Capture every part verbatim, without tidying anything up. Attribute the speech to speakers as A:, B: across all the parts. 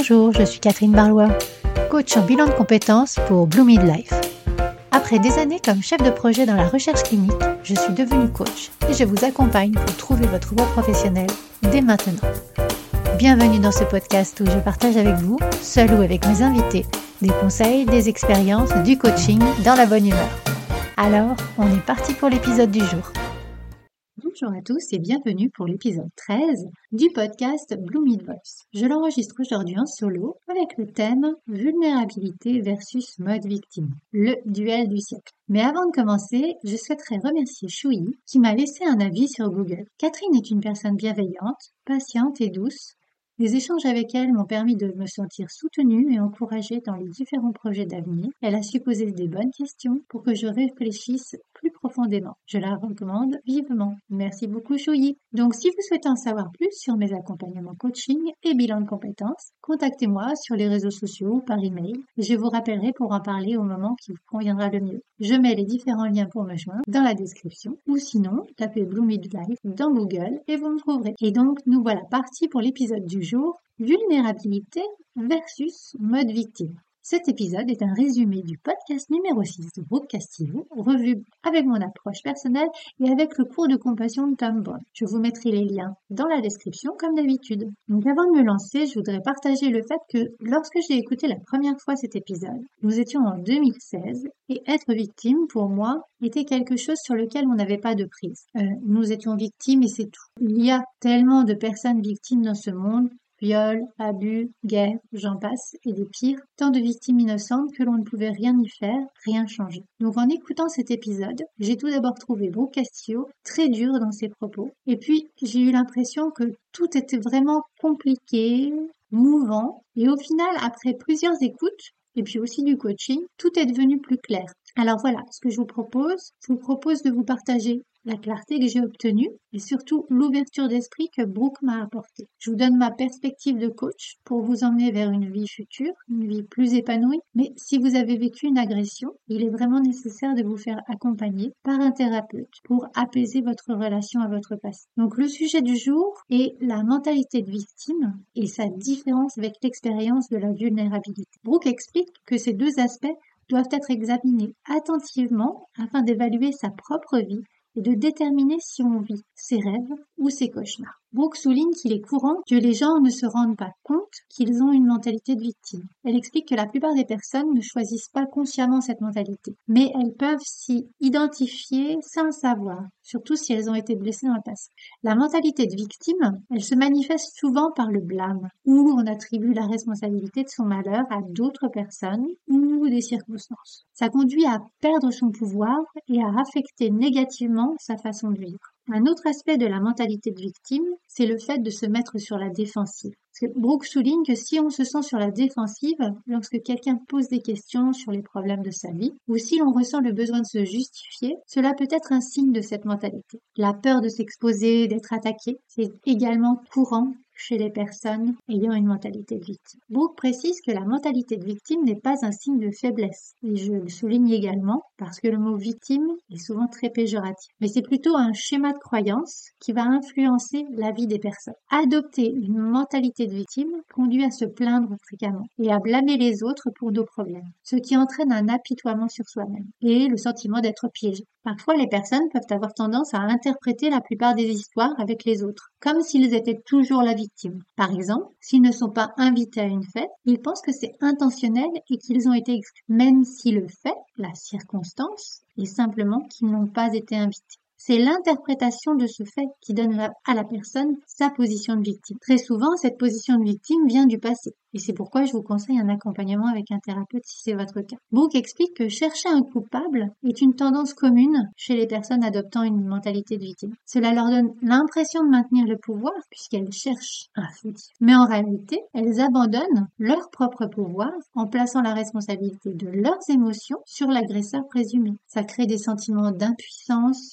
A: Bonjour, je suis Catherine Barlois, coach en bilan de compétences pour Blue Midlife. Après des années comme chef de projet dans la recherche clinique, je suis devenue coach et je vous accompagne pour trouver votre voie professionnelle dès maintenant. Bienvenue dans ce podcast où je partage avec vous, seul ou avec mes invités, des conseils, des expériences, du coaching dans la bonne humeur. Alors, on est parti pour l'épisode du jour. Bonjour à tous et bienvenue pour l'épisode treize du podcast Blue Midlife. Je l'enregistre aujourd'hui en solo avec le thème vulnérabilité versus mode victime, le duel du siècle. Mais avant de commencer, je souhaiterais remercier Choui qui m'a laissé un avis sur Google. Catherine est une personne bienveillante, patiente et douce. Les échanges avec elle m'ont permis de me sentir soutenue et encouragée dans les différents projets d'avenir. Elle a su poser des bonnes questions pour que je réfléchisse plus profondément. Je la recommande vivement. Merci beaucoup Choui. Donc si vous souhaitez en savoir plus sur mes accompagnements coaching et bilan de compétences, contactez-moi sur les réseaux sociaux ou par email. Je vous rappellerai pour en parler au moment qui vous conviendra le mieux. Je mets les différents liens pour me joindre dans la description ou sinon tapez Blue Midlife dans Google et vous me trouverez. Et donc nous voilà partis pour l'épisode du jour, vulnérabilité versus mode victime. Cet épisode est un résumé du podcast numéro six de Brooke Castillo, revu avec mon approche personnelle et avec le cours de compassion de Tom Brown. Je vous mettrai les liens dans la description comme d'habitude. Donc avant de me lancer, je voudrais partager le fait que lorsque j'ai écouté la première fois cet épisode, nous étions en deux mille seize et être victime pour moi était quelque chose sur lequel on n'avait pas de prise. Euh, nous étions victimes et c'est tout. Il y a tellement de personnes victimes dans ce monde. Viol, abus, guerre, j'en passe, et des pires, tant de victimes innocentes que l'on ne pouvait rien y faire, rien changer. Donc en écoutant cet épisode, j'ai tout d'abord trouvé Brooke Castillo très dur dans ses propos, et puis j'ai eu l'impression que tout était vraiment compliqué, mouvant, et au final, après plusieurs écoutes, et puis aussi du coaching, tout est devenu plus clair. Alors voilà, ce que je vous propose, je vous propose de vous partager la clarté que j'ai obtenue et surtout l'ouverture d'esprit que Brooke m'a apportée. Je vous donne ma perspective de coach pour vous emmener vers une vie future, une vie plus épanouie. Mais si vous avez vécu une agression, il est vraiment nécessaire de vous faire accompagner par un thérapeute pour apaiser votre relation à votre passé. Donc le sujet du jour est la mentalité de victime et sa différence avec l'expérience de la vulnérabilité. Brooke explique que ces deux aspects doivent être examinés attentivement afin d'évaluer sa propre vie et de déterminer si on vit ses rêves ou ses cauchemars. Brooke souligne qu'il est courant que les gens ne se rendent pas compte qu'ils ont une mentalité de victime. Elle explique que la plupart des personnes ne choisissent pas consciemment cette mentalité, mais elles peuvent s'y identifier sans le savoir, surtout si elles ont été blessées dans le passé. La mentalité de victime, elle se manifeste souvent par le blâme, où on attribue la responsabilité de son malheur à d'autres personnes ou des circonstances. Ça conduit à perdre son pouvoir et à affecter négativement sa façon de vivre. Un autre aspect de la mentalité de victime, c'est le fait de se mettre sur la défensive. Parce que Brooke souligne que si on se sent sur la défensive, lorsque quelqu'un pose des questions sur les problèmes de sa vie, ou si l'on ressent le besoin de se justifier, cela peut être un signe de cette mentalité. La peur de s'exposer, d'être attaqué, c'est également courant chez les personnes ayant une mentalité de victime. Brooke précise que la mentalité de victime n'est pas un signe de faiblesse, et je le souligne également parce que le mot victime est souvent très péjoratif, mais c'est plutôt un schéma de croyance qui va influencer la vie des personnes. Adopter une mentalité de victime conduit à se plaindre fréquemment et à blâmer les autres pour nos problèmes, ce qui entraîne un apitoiement sur soi-même et le sentiment d'être piégé. Parfois, les personnes peuvent avoir tendance à interpréter la plupart des histoires avec les autres, comme s'ils étaient toujours la victime. Par exemple, s'ils ne sont pas invités à une fête, ils pensent que c'est intentionnel et qu'ils ont été exclus, même si le fait, la circonstance, est simplement qu'ils n'ont pas été invités. C'est l'interprétation de ce fait qui donne à la personne sa position de victime. Très souvent, cette position de victime vient du passé. Et c'est pourquoi je vous conseille un accompagnement avec un thérapeute si c'est votre cas. Brooke explique que chercher un coupable est une tendance commune chez les personnes adoptant une mentalité de victime. Cela leur donne l'impression de maintenir le pouvoir puisqu'elles cherchent un fautif. Mais en réalité, elles abandonnent leur propre pouvoir en plaçant la responsabilité de leurs émotions sur l'agresseur présumé. Ça crée des sentiments d'impuissance, de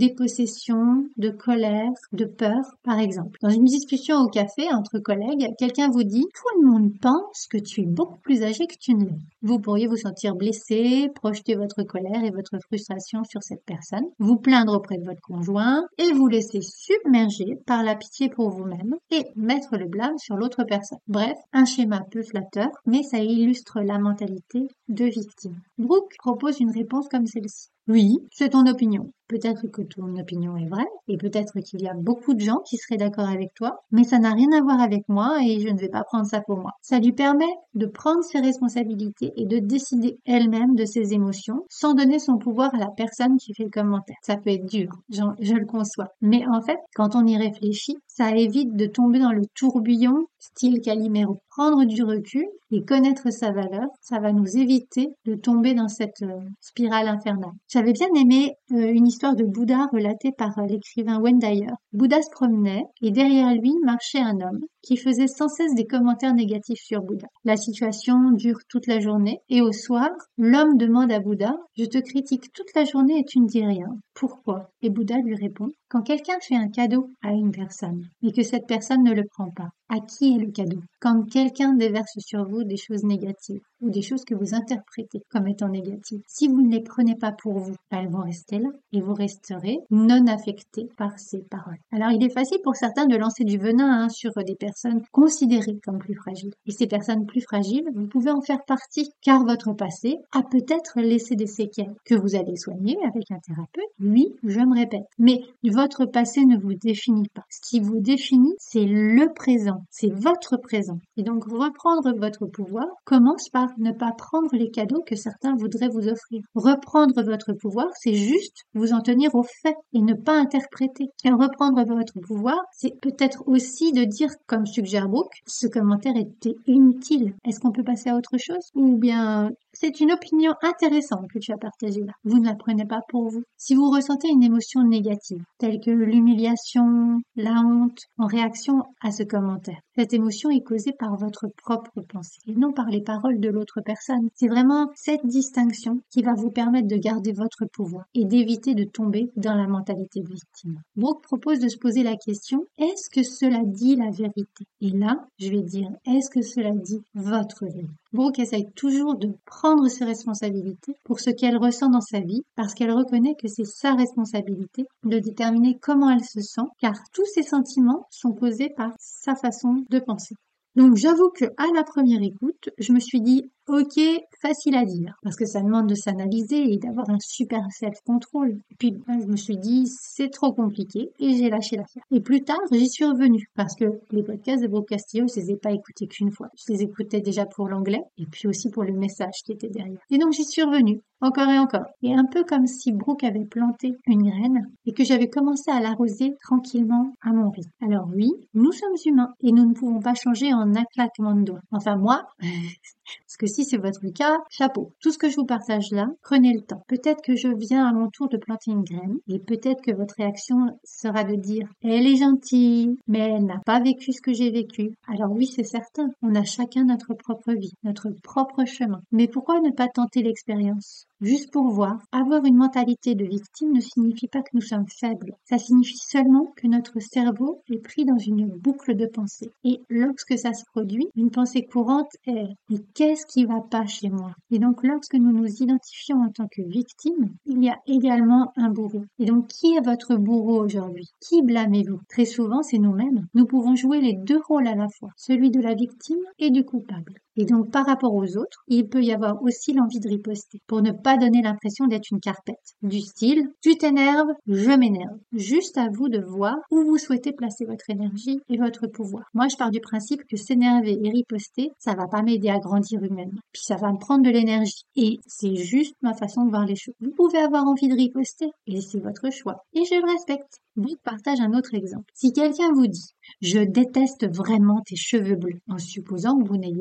A: dépossession, de colère, de peur, par exemple. Dans une discussion au café entre collègues, quelqu'un vous dit « Tout le monde pense que tu es beaucoup plus âgé que tu ne l'es ». Vous pourriez vous sentir blessé, projeter votre colère et votre frustration sur cette personne, vous plaindre auprès de votre conjoint et vous laisser submerger par la pitié pour vous-même et mettre le blâme sur l'autre personne. Bref, un schéma peu flatteur, mais ça illustre la mentalité de victime. Brooke propose une réponse comme celle-ci. Oui, c'est ton opinion. Peut-être que ton opinion est vraie, et peut-être qu'il y a beaucoup de gens qui seraient d'accord avec toi, mais ça n'a rien à voir avec moi et je ne vais pas prendre ça pour moi. Ça lui permet de prendre ses responsabilités et de décider elle-même de ses émotions sans donner son pouvoir à la personne qui fait le commentaire. Ça peut être dur, je, je le conçois. Mais en fait, quand on y réfléchit, ça évite de tomber dans le tourbillon style Calimero. Prendre du recul et connaître sa valeur, ça va nous éviter de tomber dans cette euh, spirale infernale. J'avais bien aimé euh, une histoire de Bouddha relatée par euh, l'écrivain Wayne Dyer. Bouddha se promenait et derrière lui marchait un homme qui faisait sans cesse des commentaires négatifs sur Bouddha. La situation dure toute la journée et au soir, l'homme demande à Bouddha « Je te critique toute la journée et tu ne dis rien. Pourquoi ?» Et Bouddha lui répond « Quand quelqu'un fait un cadeau à une personne et que cette personne ne le prend pas, à qui est le cadeau ? Quand quelqu'un déverse sur vous des choses négatives ou des choses que vous interprétez comme étant négatives, si vous ne les prenez pas pour vous, elles vont rester là et vous resterez non affectés par ces paroles. Alors il est facile pour certains de lancer du venin hein, sur des personnes considérées comme plus fragiles. Et ces personnes plus fragiles, vous pouvez en faire partie car votre passé a peut-être laissé des séquelles que vous allez soigner avec un thérapeute. Oui, je me répète. Mais votre passé ne vous définit pas. Ce qui vous définit, c'est le présent. C'est votre présent. Et donc, reprendre votre pouvoir commence par ne pas prendre les cadeaux que certains voudraient vous offrir. Reprendre votre pouvoir, c'est juste vous en tenir aux faits et ne pas interpréter. Et reprendre votre pouvoir, c'est peut-être aussi de dire, comme suggère Brooke, ce commentaire était inutile. Est-ce qu'on peut passer à autre chose? Ou bien, c'est une opinion intéressante que tu as partagée là. Vous ne la prenez pas pour vous. Si vous ressentez une émotion négative, telle que l'humiliation, la honte, en réaction à ce commentaire, cette émotion est causée par votre propre pensée et non par les paroles de l'autre personne. C'est vraiment cette distinction qui va vous permettre de garder votre pouvoir et d'éviter de tomber dans la mentalité de victime. Brooke propose de se poser la question, est-ce que cela dit la vérité? Et là, je vais dire, est-ce que cela dit votre vérité? Brooke essaye toujours de prendre ses responsabilités pour ce qu'elle ressent dans sa vie parce qu'elle reconnaît que c'est sa responsabilité de déterminer comment elle se sent car tous ses sentiments sont causés par sa façon de penser. Donc j'avoue que à la première écoute, je me suis dit ok, facile à dire, parce que ça demande de s'analyser et d'avoir un super self-control. Et puis, ben, je me suis dit, c'est trop compliqué, et j'ai lâché l'affaire. Et plus tard, j'y suis revenue, parce que les podcasts de Brooke Castillo, je les ai pas écoutés qu'une fois. Je les écoutais déjà pour l'anglais, et puis aussi pour le message qui était derrière. Et donc, j'y suis revenue, encore et encore. Et un peu comme si Brooke avait planté une graine, et que j'avais commencé à l'arroser tranquillement à mon rythme. Alors oui, nous sommes humains, et nous ne pouvons pas changer en un claquement de doigts. Enfin, moi... Parce que si c'est votre cas, chapeau. Tout ce que je vous partage là, prenez le temps. Peut-être que je viens à mon tour de planter une graine et peut-être que votre réaction sera de dire « Elle est gentille, mais elle n'a pas vécu ce que j'ai vécu. » Alors oui, c'est certain, on a chacun notre propre vie, notre propre chemin. Mais pourquoi ne pas tenter l'expérience ? Juste pour voir, avoir une mentalité de victime ne signifie pas que nous sommes faibles. Ça signifie seulement que notre cerveau est pris dans une boucle de pensée. Et lorsque ça se produit, une pensée courante est « Mais qu'est-ce qui va pas chez moi ?» Et donc lorsque nous nous identifions en tant que victime, il y a également un bourreau. Et donc qui est votre bourreau aujourd'hui ? Qui blâmez-vous ? Très souvent, c'est nous-mêmes. Nous pouvons jouer les deux rôles à la fois, celui de la victime et du coupable. Et donc, par rapport aux autres, il peut y avoir aussi l'envie de riposter, pour ne pas donner l'impression d'être une carpette. Du style, tu t'énerves, je m'énerve. Juste à vous de voir où vous souhaitez placer votre énergie et votre pouvoir. Moi, je pars du principe que s'énerver et riposter, ça va pas m'aider à grandir humainement. Puis ça va me prendre de l'énergie. Et c'est juste ma façon de voir les choses. Vous pouvez avoir envie de riposter, et c'est votre choix. Et je le respecte. Brooke partage un autre exemple. Si quelqu'un vous dit « Je déteste vraiment tes cheveux bleus », en supposant que vous n'ayez pas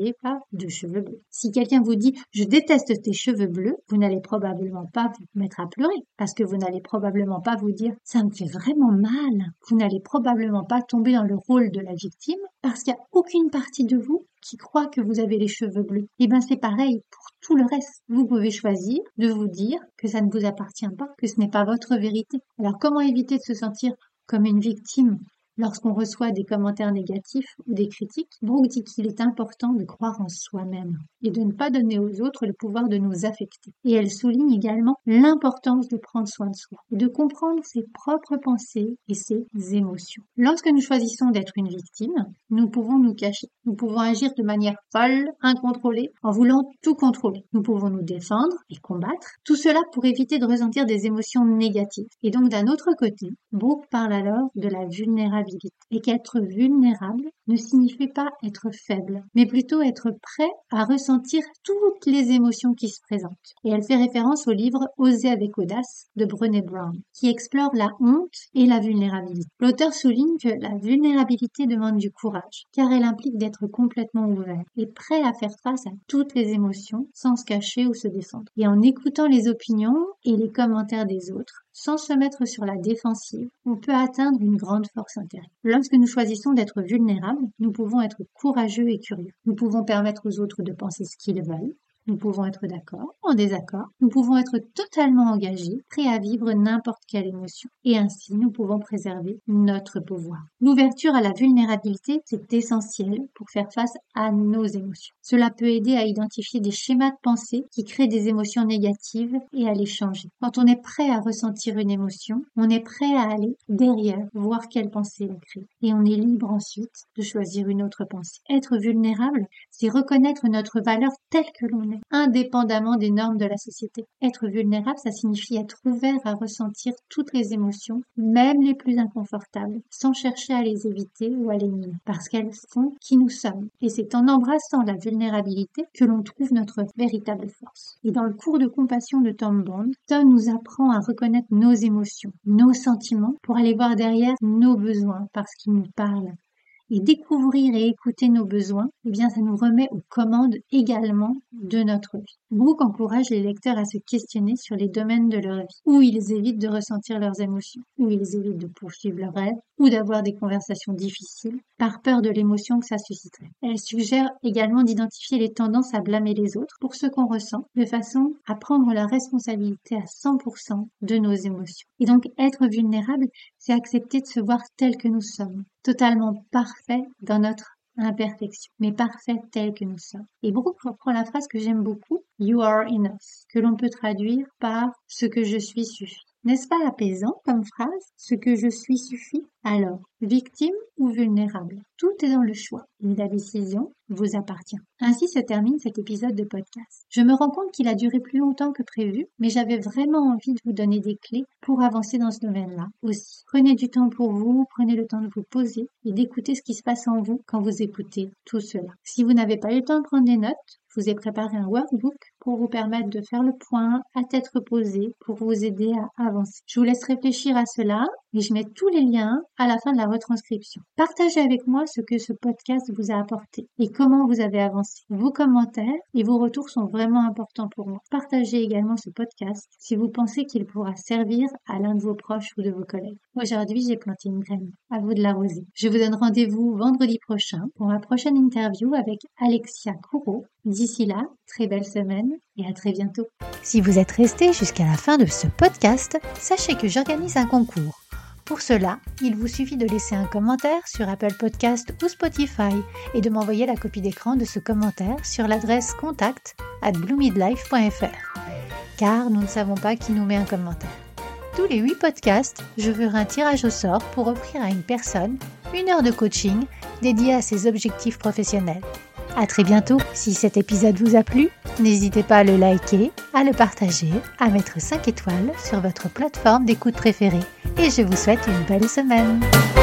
A: de cheveux bleus. Si quelqu'un vous dit « je déteste tes cheveux bleus », vous n'allez probablement pas vous mettre à pleurer parce que vous n'allez probablement pas vous dire « ça me fait vraiment mal ». Vous n'allez probablement pas tomber dans le rôle de la victime parce qu'il n'y a aucune partie de vous qui croit que vous avez les cheveux bleus. Et bien c'est pareil pour tout le reste. Vous pouvez choisir de vous dire que ça ne vous appartient pas, que ce n'est pas votre vérité. Alors comment éviter de se sentir comme une victime lorsqu'on reçoit des commentaires négatifs ou des critiques? Brooke dit qu'il est important de croire en soi-même et de ne pas donner aux autres le pouvoir de nous affecter. Et elle souligne également l'importance de prendre soin de soi et de comprendre ses propres pensées et ses émotions. Lorsque nous choisissons d'être une victime, nous pouvons nous cacher. Nous pouvons agir de manière folle, incontrôlée, en voulant tout contrôler. Nous pouvons nous défendre et combattre. Tout cela pour éviter de ressentir des émotions négatives. Et donc d'un autre côté, Brooke parle alors de la vulnérabilité. Et qu'être vulnérable ne signifie pas être faible, mais plutôt être prêt à ressentir toutes les émotions qui se présentent. Et elle fait référence au livre Oser avec audace de Brené Brown, qui explore la honte et la vulnérabilité. L'auteur souligne que la vulnérabilité demande du courage, car elle implique d'être complètement ouvert et prêt à faire face à toutes les émotions sans se cacher ou se défendre. Et en écoutant les opinions et les commentaires des autres, sans se mettre sur la défensive, on peut atteindre une grande force intérieure. Lorsque nous choisissons d'être vulnérables, nous pouvons être courageux et curieux. Nous pouvons permettre aux autres de penser ce qu'ils veulent. Nous pouvons être d'accord, en désaccord. Nous pouvons être totalement engagés, prêts à vivre n'importe quelle émotion. Et ainsi, nous pouvons préserver notre pouvoir. L'ouverture à la vulnérabilité, c'est essentiel pour faire face à nos émotions. Cela peut aider à identifier des schémas de pensée qui créent des émotions négatives et à les changer. Quand on est prêt à ressentir une émotion, on est prêt à aller derrière, voir quelle pensée la crée. Et on est libre ensuite de choisir une autre pensée. Être vulnérable, c'est reconnaître notre valeur telle que l'on est, indépendamment des normes de la société. Être vulnérable, ça signifie être ouvert à ressentir toutes les émotions, même les plus inconfortables, sans chercher à les éviter ou à les nier, parce qu'elles font qui nous sommes. Et c'est en embrassant la vulnérabilité que l'on trouve notre véritable force. Et dans le cours de compassion de Tom Bond, Tom nous apprend à reconnaître nos émotions, nos sentiments, pour aller voir derrière nos besoins, parce qu'ils nous parlent. Et découvrir et écouter nos besoins, eh bien, ça nous remet aux commandes également de notre vie. Brooke encourage les lecteurs à se questionner sur les domaines de leur vie, où ils évitent de ressentir leurs émotions, où ils évitent de poursuivre leurs rêves, ou d'avoir des conversations difficiles, par peur de l'émotion que ça susciterait. Elle suggère également d'identifier les tendances à blâmer les autres pour ce qu'on ressent, de façon à prendre la responsabilité à cent pour cent de nos émotions. Et donc, être vulnérable, c'est accepter de se voir tel que nous sommes, totalement parfait dans notre imperfection, mais parfait tel que nous sommes. Et Brooke reprend la phrase que j'aime beaucoup, « You are enough », que l'on peut traduire par « ce que je suis suffit ». N'est-ce pas apaisant comme phrase? Ce que je suis suffit? Alors, victime ou vulnérable? Tout est dans le choix et la décision vous appartient. Ainsi se termine cet épisode de podcast. Je me rends compte qu'il a duré plus longtemps que prévu, mais j'avais vraiment envie de vous donner des clés pour avancer dans ce domaine-là aussi. Prenez du temps pour vous, prenez le temps de vous poser et d'écouter ce qui se passe en vous quand vous écoutez tout cela. Si vous n'avez pas eu le temps de prendre des notes, je vous ai préparé un workbook pour vous permettre de faire le point à tête reposée pour vous aider à avancer. Je vous laisse réfléchir à cela et je mets tous les liens à la fin de la retranscription. Partagez avec moi ce que ce podcast vous a apporté et comment vous avez avancé. Vos commentaires et vos retours sont vraiment importants pour moi. Partagez également ce podcast si vous pensez qu'il pourra servir à l'un de vos proches ou de vos collègues. Aujourd'hui, j'ai planté une graine. À vous de l'arroser. Je vous donne rendez-vous vendredi prochain pour ma prochaine interview avec Alexia Courreau. D'ici là, très belle semaine et à très bientôt.
B: Si vous êtes resté jusqu'à la fin de ce podcast, sachez que j'organise un concours. Pour cela, il vous suffit de laisser un commentaire sur Apple Podcast ou Spotify et de m'envoyer la copie d'écran de ce commentaire sur l'adresse contact arobase bloomidlife point f r. Car nous ne savons pas qui nous met un commentaire. Tous les huit podcasts, je ferai un tirage au sort pour offrir à une personne une heure de coaching dédiée à ses objectifs professionnels. À très bientôt. Si cet épisode vous a plu, n'hésitez pas à le liker, à le partager, à mettre cinq étoiles sur votre plateforme d'écoute préférée. Et je vous souhaite une belle semaine.